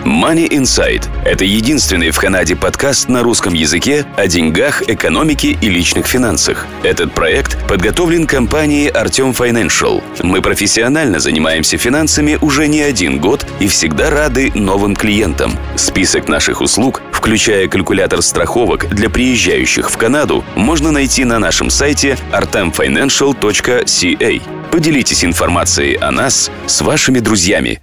Money Insight – это единственный в Канаде подкаст на русском языке о деньгах, экономике и личных финансах. Этот проект подготовлен компанией Artem Financial. Мы профессионально занимаемся финансами уже не один год и всегда рады новым клиентам. Список наших услуг, включая калькулятор страховок для приезжающих в Канаду, можно найти на нашем сайте artemfinancial.ca. Поделитесь информацией о нас с вашими друзьями.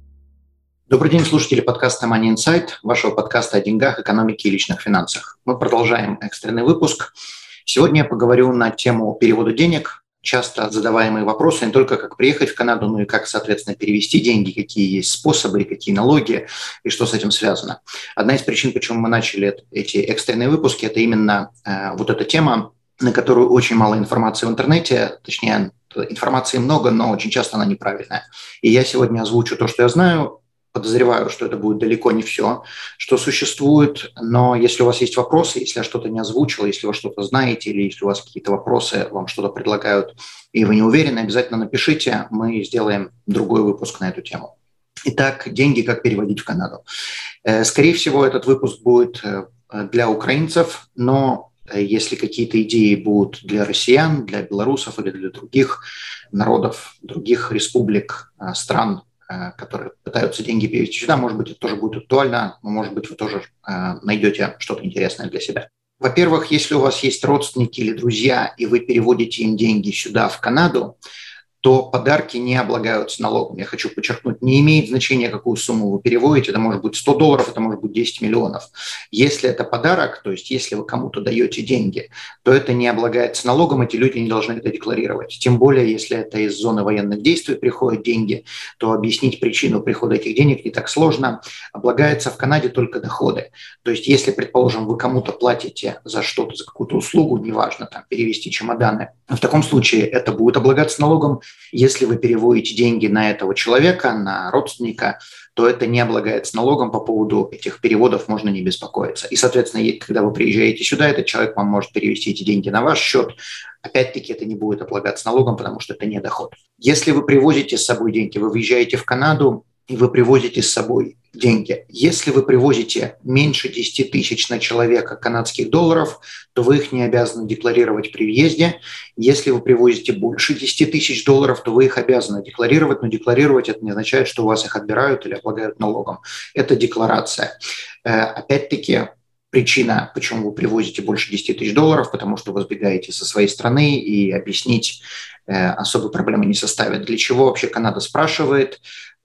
Добрый день, слушатели подкаста Money Insight, вашего подкаста о деньгах, экономике и личных финансах. Мы продолжаем экстренный выпуск. Сегодня я поговорю на тему перевода денег. Часто задаваемые вопросы не только как приехать в Канаду, но и как, соответственно, перевести деньги, какие есть способы, какие налоги и что с этим связано. Одна из причин, почему мы начали эти экстренные выпуски, это именно вот эта тема, на которую очень мало информации в интернете, точнее, информации много, но очень часто она неправильная. И я сегодня озвучу то, что я знаю. Подозреваю, что это будет далеко не все, что существует, но если у вас есть вопросы, если я что-то не озвучил, если вы что-то знаете или если у вас какие-то вопросы, вам что-то предлагают, и вы не уверены, обязательно напишите, мы сделаем другой выпуск на эту тему. Итак, деньги как переводить в Канаду. Скорее всего, этот выпуск будет для украинцев, но если какие-то идеи будут для россиян, для белорусов или для других народов, других республик, стран, которые пытаются деньги перевести сюда, может быть, это тоже будет актуально, но, может быть, вы тоже найдете что-то интересное для себя. Во-первых, если у вас есть родственники или друзья, и вы переводите им деньги сюда, в Канаду, то подарки не облагаются налогом. Я хочу подчеркнуть, не имеет значения, какую сумму вы переводите. Это может быть $100, это может быть 10 миллионов. Если это подарок, то есть если вы кому-то даете деньги, то это не облагается налогом, эти люди не должны это декларировать. Тем более, если это из зоны военных действий приходят деньги, то объяснить причину прихода этих денег не так сложно. Облагается в Канаде только доходы. То есть если, предположим, вы кому-то платите за что-то, за какую-то услугу, неважно, там, перевести чемоданы, в таком случае это будет облагаться налогом. Если вы переводите деньги на этого человека, на родственника, то это не облагается налогом. По поводу этих переводов можно не беспокоиться. И, соответственно, когда вы приезжаете сюда, этот человек вам может перевести эти деньги на ваш счет. Опять-таки, это не будет облагаться налогом, потому что это не доход. Если вы привозите с собой деньги, вы въезжаете в Канаду, и вы привозите с собой деньги. Если вы привозите меньше 10 тысяч на человека канадских долларов, то вы их не обязаны декларировать при въезде. Если вы привозите больше 10 тысяч долларов, то вы их обязаны декларировать, но декларировать это не означает, что у вас их отбирают или облагают налогом. Это декларация. Опять-таки, причина, почему вы привозите больше 10 тысяч долларов, потому что вы сбегаете со своей страны, и объяснить особой проблемы не составит. Для чего вообще Канада спрашивает?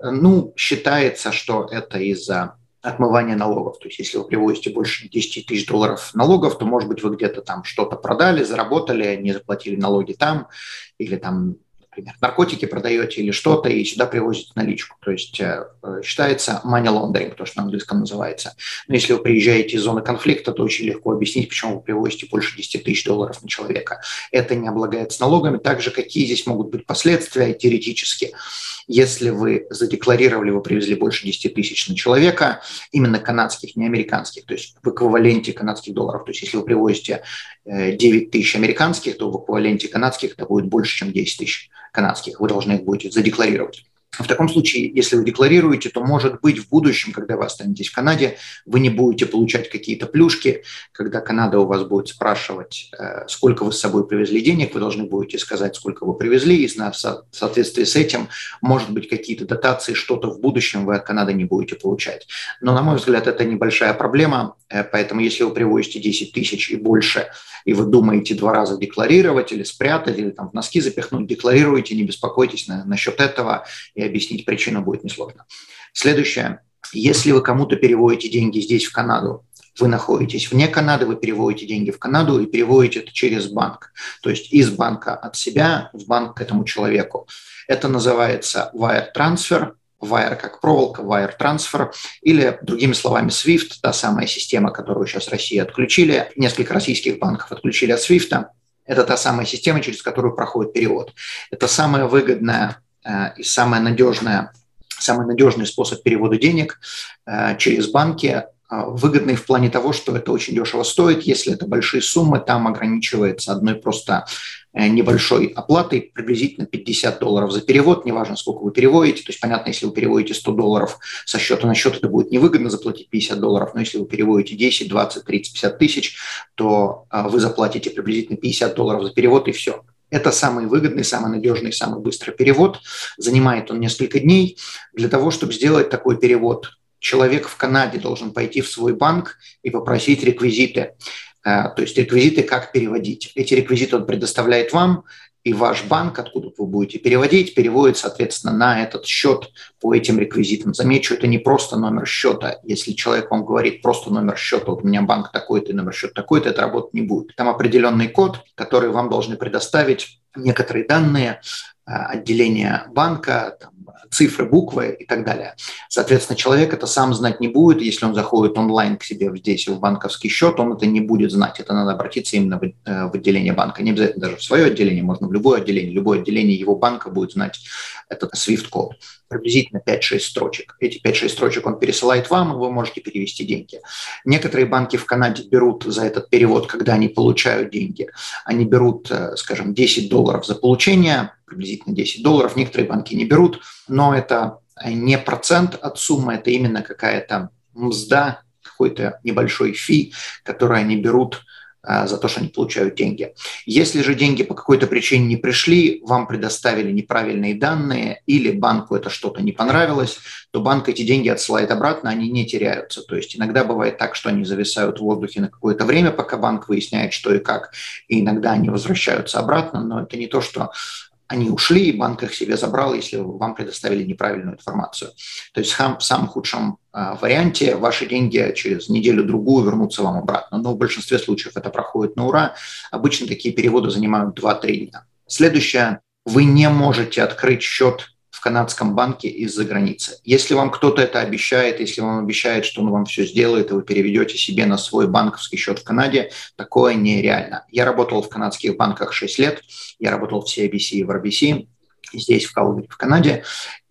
Считается, что это из-за отмывания налогов. То есть если вы привозите больше 10 тысяч долларов налогов, то, может быть, вы где-то там что-то продали, заработали, не заплатили налоги там, или там, например, наркотики продаете или что-то, и сюда привозите наличку. То есть считается money laundering, то, что на английском называется. Но если вы приезжаете из зоны конфликта, то очень легко объяснить, почему вы привозите больше 10 тысяч долларов на человека. Это не облагается налогами. Также какие здесь могут быть последствия теоретически. Если вы задекларировали, вы привезли больше 10 тысяч на человека, именно канадских, не американских, то есть в эквиваленте канадских долларов. То есть если вы привозите 9 тысяч американских, то в эквиваленте канадских это будет больше, чем 10 тысяч канадских. Вы должны их будете задекларировать. В таком случае, если вы декларируете, то, может быть, в будущем, когда вы останетесь в Канаде, вы не будете получать какие-то плюшки. Когда Канада у вас будет спрашивать, сколько вы с собой привезли денег, вы должны будете сказать, сколько вы привезли, и в соответствии с этим, может быть, какие-то дотации, что-то в будущем вы от Канады не будете получать. Но, на мой взгляд, это небольшая проблема, поэтому если вы привозите 10 тысяч и больше, и вы думаете 2 раза декларировать или спрятать, или там в носки запихнуть, декларируйте, не беспокойтесь насчет этого, и объяснить причину будет несложно. Следующее. Если вы кому-то переводите деньги здесь, в Канаду, вы находитесь вне Канады, вы переводите деньги в Канаду и переводите это через банк. То есть из банка от себя в банк к этому человеку. Это называется wire transfer. Wire как проволока, wire transfer, или, другими словами, SWIFT, та самая система, которую сейчас Россия отключили. Несколько российских банков отключили от SWIFT. Это та самая система, через которую проходит перевод. Это самая выгодная и самый надежный способ перевода денег через банки. выгодный в плане того, что это очень дешево стоит. Если это большие суммы, там ограничивается одной просто небольшой оплатой, приблизительно $50 за перевод, неважно, сколько вы переводите. То есть, понятно, если вы переводите $100 со счета на счет, это будет невыгодно заплатить $50, но если вы переводите 10, 20, 30, 50 тысяч, то вы заплатите приблизительно $50 за перевод, и все. Это самый выгодный, самый надежный, самый быстрый перевод. Занимает он несколько дней. Для того, чтобы сделать такой перевод, человек в Канаде должен пойти в свой банк и попросить реквизиты. То есть реквизиты, как переводить. Эти реквизиты он предоставляет вам, и ваш банк, откуда вы будете переводить, переводит, соответственно, на этот счет по этим реквизитам. Замечу, это не просто номер счета. Если человек вам говорит просто номер счета, вот у меня банк такой-то, номер счета такой-то, это работать не будет. Там определенный код, который вам должны предоставить некоторые данные, отделения банка, там, цифры, буквы и так далее. Соответственно, человек это сам знать не будет. Если он заходит онлайн к себе здесь в банковский счет, он это не будет знать. Это надо обратиться именно в отделение банка. Не обязательно даже в свое отделение, можно в любое отделение. Любое отделение его банка будет знать этот SWIFT-код. Приблизительно 5-6 строчек. Эти 5-6 строчек он пересылает вам, и вы можете перевести деньги. Некоторые банки в Канаде берут за этот перевод, когда они получают деньги, они берут, скажем, $10 за получение, приблизительно $10. Некоторые банки не берут, но это не процент от суммы, это именно какая-то мзда, какой-то небольшой фи, который они берут за то, что они получают деньги. Если же деньги по какой-то причине не пришли, вам предоставили неправильные данные или банку это что-то не понравилось, то банк эти деньги отсылает обратно, они не теряются. То есть иногда бывает так, что они зависают в воздухе на какое-то время, пока банк выясняет, что и как, и иногда они возвращаются обратно, но это не то, что они ушли, и банк их себе забрал, если вам предоставили неправильную информацию. То есть в самом худшем варианте ваши деньги через неделю-другую вернутся вам обратно. Но в большинстве случаев это проходит на ура. Обычно такие переводы занимают 2-3 дня. Следующее. Вы не можете открыть счет в канадском банке из-за границы. Если вам кто-то это обещает, если вам обещает, что он вам все сделает, и вы переведете себе на свой банковский счет в Канаде, такое нереально. Я работал в канадских банках 6 лет, я работал в CIBC и в RBC, здесь, в Калгари, в Канаде,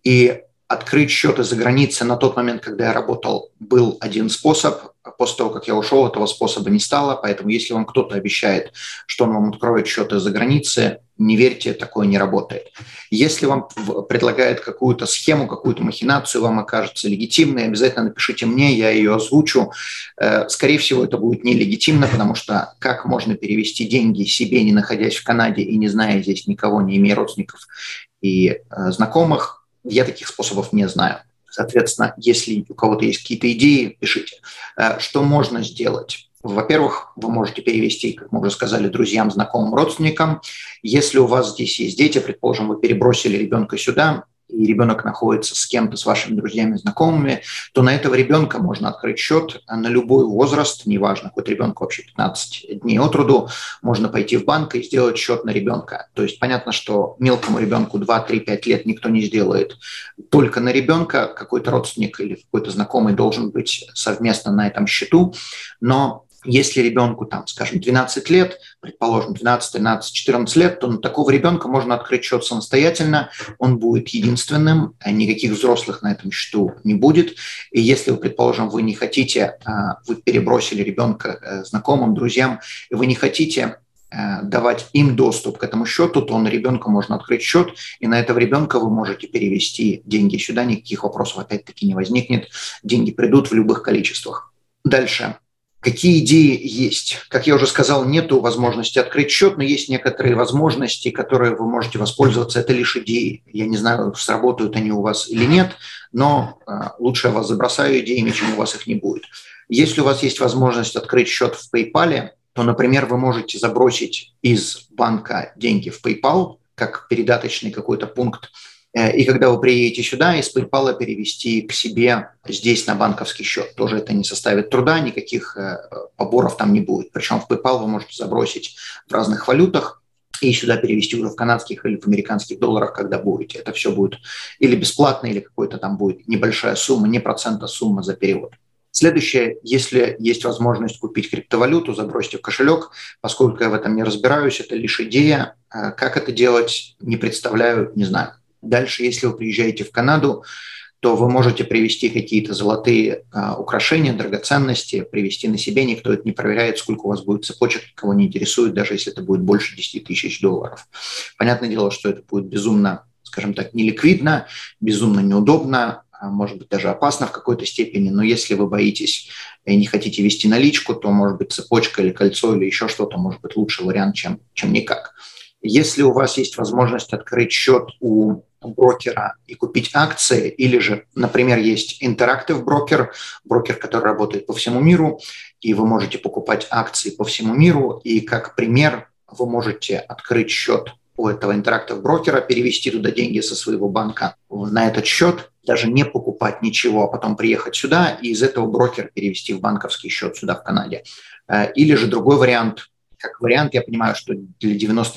и открыть счет из-за границы на тот момент, когда я работал, был один способ. После того, как я ушел, этого способа не стало, поэтому если вам кто-то обещает, что он вам откроет счет из-за границы, не верьте, такое не работает. Если вам предлагают какую-то схему, какую-то махинацию, вам окажется легитимной, обязательно напишите мне, я ее озвучу. Скорее всего, это будет нелегитимно, потому что как можно перевести деньги себе, не находясь в Канаде и не зная здесь никого, не имея родственников и знакомых, я таких способов не знаю. Соответственно, если у кого-то есть какие-то идеи, пишите. Что можно сделать? Во-первых, вы можете перевести, как мы уже сказали, друзьям, знакомым, родственникам. Если у вас здесь есть дети, предположим, вы перебросили ребенка сюда, и ребенок находится с кем-то, с вашими друзьями, знакомыми, то на этого ребенка можно открыть счет на любой возраст, неважно, хоть ребенку вообще 15 дней от роду, можно пойти в банк и сделать счет на ребенка. То есть понятно, что мелкому ребенку 2, 3, 5 лет никто не сделает только на ребенка, какой-то родственник или какой-то знакомый должен быть совместно на этом счету, но если ребенку, там, скажем, 12 лет, предположим, 12, 13, 14 лет, то на такого ребенка можно открыть счет самостоятельно, он будет единственным, никаких взрослых на этом счету не будет. И если, предположим, вы не хотите, вы перебросили ребенка знакомым, друзьям, и вы не хотите давать им доступ к этому счету, то на ребенка можно открыть счет, и на этого ребенка вы можете перевести деньги сюда, никаких вопросов опять-таки не возникнет, деньги придут в любых количествах. Дальше. Какие идеи есть? Как я уже сказал, нет возможности открыть счет, но есть некоторые возможности, которые вы можете воспользоваться. Это лишь идеи. Я не знаю, сработают они у вас или нет, но лучше я вас забросаю идеями, чем у вас их не будет. Если у вас есть возможность открыть счет в PayPal, то, например, вы можете забросить из банка деньги в PayPal, как передаточный какой-то пункт, и когда вы приедете сюда, из PayPal перевести к себе здесь на банковский счет. Тоже это не составит труда, никаких поборов там не будет. Причем в PayPal вы можете забросить в разных валютах и сюда перевести уже в канадских или в американских долларах, когда будете. Это все будет или бесплатно, или какой-то там будет небольшая сумма, не процента сумма за перевод. Следующее, если есть возможность купить криптовалюту, забросьте в кошелек. Поскольку я в этом не разбираюсь, это лишь идея. Как это делать, не представляю, не знаю. Дальше, если вы приезжаете в Канаду, то вы можете привезти какие-то золотые украшения, драгоценности, привезти на себе, никто это не проверяет, сколько у вас будет цепочек, никого не интересует, даже если это будет больше $10 тысяч. Понятное дело, что это будет безумно, скажем так, неликвидно, безумно неудобно, может быть, даже опасно в какой-то степени, но если вы боитесь и не хотите вести наличку, то, может быть, цепочка или кольцо или еще что-то может быть лучший вариант, чем никак. Если у вас есть возможность открыть счет у брокера и купить акции, или же, например, есть Interactive брокер, который работает по всему миру, и вы можете покупать акции по всему миру, и как пример вы можете открыть счет у этого Interactive брокера, перевести туда деньги со своего банка на этот счет, даже не покупать ничего, а потом приехать сюда и из этого брокера перевести в банковский счет сюда в Канаде. Или же другой вариант. Как вариант, я понимаю, что для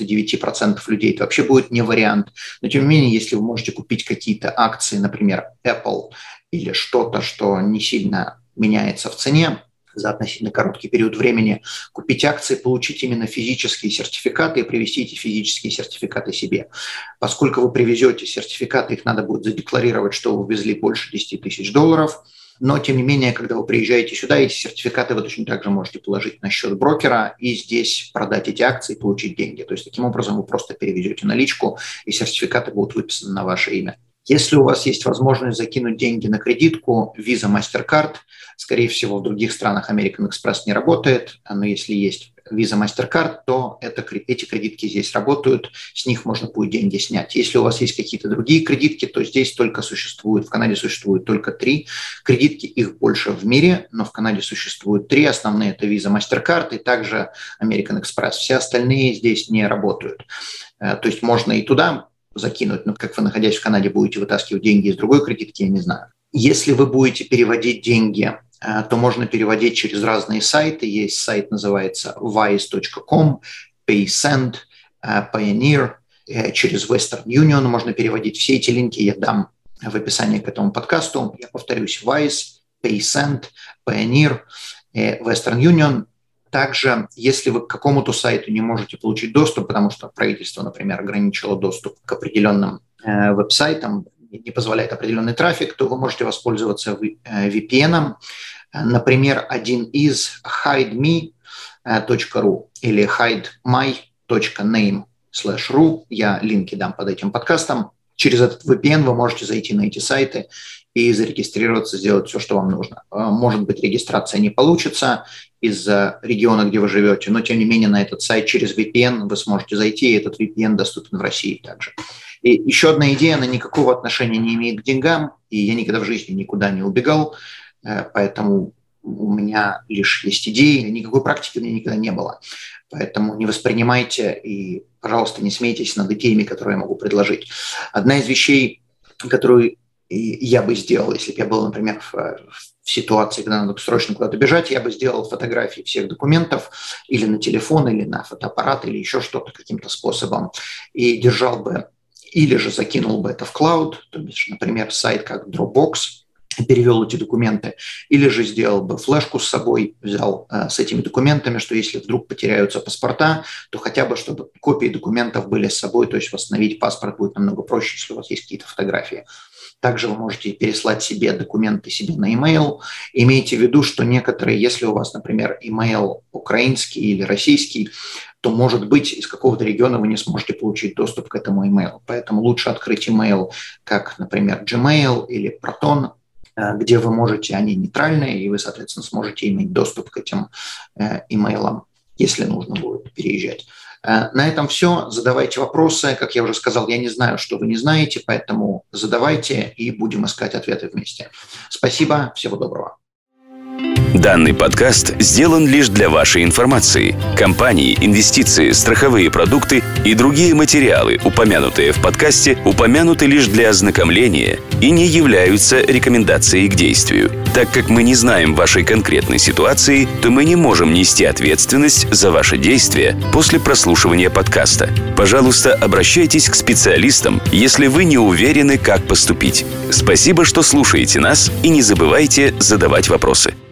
99% людей это вообще будет не вариант, но тем не менее, если вы можете купить какие-то акции, например, Apple или что-то, что не сильно меняется в цене за относительно короткий период времени, купить акции, получить именно физические сертификаты и привезти эти физические сертификаты себе. Поскольку вы привезете сертификаты, их надо будет задекларировать, что вы везли больше $10 тысяч. Но, тем не менее, когда вы приезжаете сюда, эти сертификаты вы точно так же можете положить на счет брокера и здесь продать эти акции и получить деньги. То есть, таким образом, вы просто перевезете наличку, и сертификаты будут выписаны на ваше имя. Если у вас есть возможность закинуть деньги на кредитку, Visa, MasterCard, скорее всего, в других странах American Express не работает, но если есть Visa, MasterCard, то эти кредитки здесь работают, с них можно будет деньги снять. Если у вас есть какие-то другие кредитки, то здесь в Канаде существует только 3 кредитки, их больше в мире, но в Канаде существует 3 основные, это Visa, MasterCard и также American Express. Все остальные здесь не работают. То есть можно и туда закинуть, но как вы, находясь в Канаде, будете вытаскивать деньги из другой кредитки, я не знаю. Если вы будете переводить деньги, то можно переводить через разные сайты. Есть сайт, называется wise.com, PaySend, Payoneer, через Western Union можно переводить. Все эти линки я дам в описании к этому подкасту. Я повторюсь, Wise, PaySend, Payoneer, Western Union. Также, если вы к какому-то сайту не можете получить доступ, потому что правительство, например, ограничило доступ к определенным веб-сайтам, не позволяет определенный трафик, то вы можете воспользоваться VPN. Например, один из hideme.ru или hidemy.name/ru. Я линки дам под этим подкастом. Через этот VPN вы можете зайти на эти сайты и зарегистрироваться, сделать все, что вам нужно. Может быть, регистрация не получится из-за региона, где вы живете, но, тем не менее, на этот сайт через VPN вы сможете зайти, и этот VPN доступен в России также. И еще одна идея, она никакого отношения не имеет к деньгам, и я никогда в жизни никуда не убегал, поэтому у меня лишь есть идеи, никакой практики у меня никогда не было. Поэтому не воспринимайте и, пожалуйста, не смейтесь над идеями, которые я могу предложить. Одна из вещей, которую я бы сделал, если бы я был, например, в ситуации, когда надо срочно куда-то бежать, я бы сделал фотографии всех документов или на телефон, или на фотоаппарат, или еще что-то каким-то способом, и держал бы, или же закинул бы это в клауд, то есть, например, сайт как Dropbox, перевел эти документы, или же сделал бы флешку с собой, взял с этими документами, что если вдруг потеряются паспорта, то хотя бы, чтобы копии документов были с собой, то есть восстановить паспорт будет намного проще, если у вас есть какие-то фотографии. Также вы можете переслать себе документы себе на e-mail. Имейте в виду, что некоторые, если у вас, например, email украинский или российский, то, может быть, из какого-то региона вы не сможете получить доступ к этому email. Поэтому лучше открыть email, как, например, Gmail или Proton, где вы можете, они нейтральные, и вы, соответственно, сможете иметь доступ к этим имейлам, если нужно будет переезжать. На этом все. Задавайте вопросы. Как я уже сказал, я не знаю, что вы не знаете, поэтому задавайте и будем искать ответы вместе. Спасибо. Всего доброго. Данный подкаст сделан лишь для вашей информации. Компании, инвестиции, страховые продукты и другие материалы, упомянутые в подкасте, упомянуты лишь для ознакомления и не являются рекомендацией к действию. Так как мы не знаем вашей конкретной ситуации, то мы не можем нести ответственность за ваши действия после прослушивания подкаста. Пожалуйста, обращайтесь к специалистам, если вы не уверены, как поступить. Спасибо, что слушаете нас, и не забывайте задавать вопросы.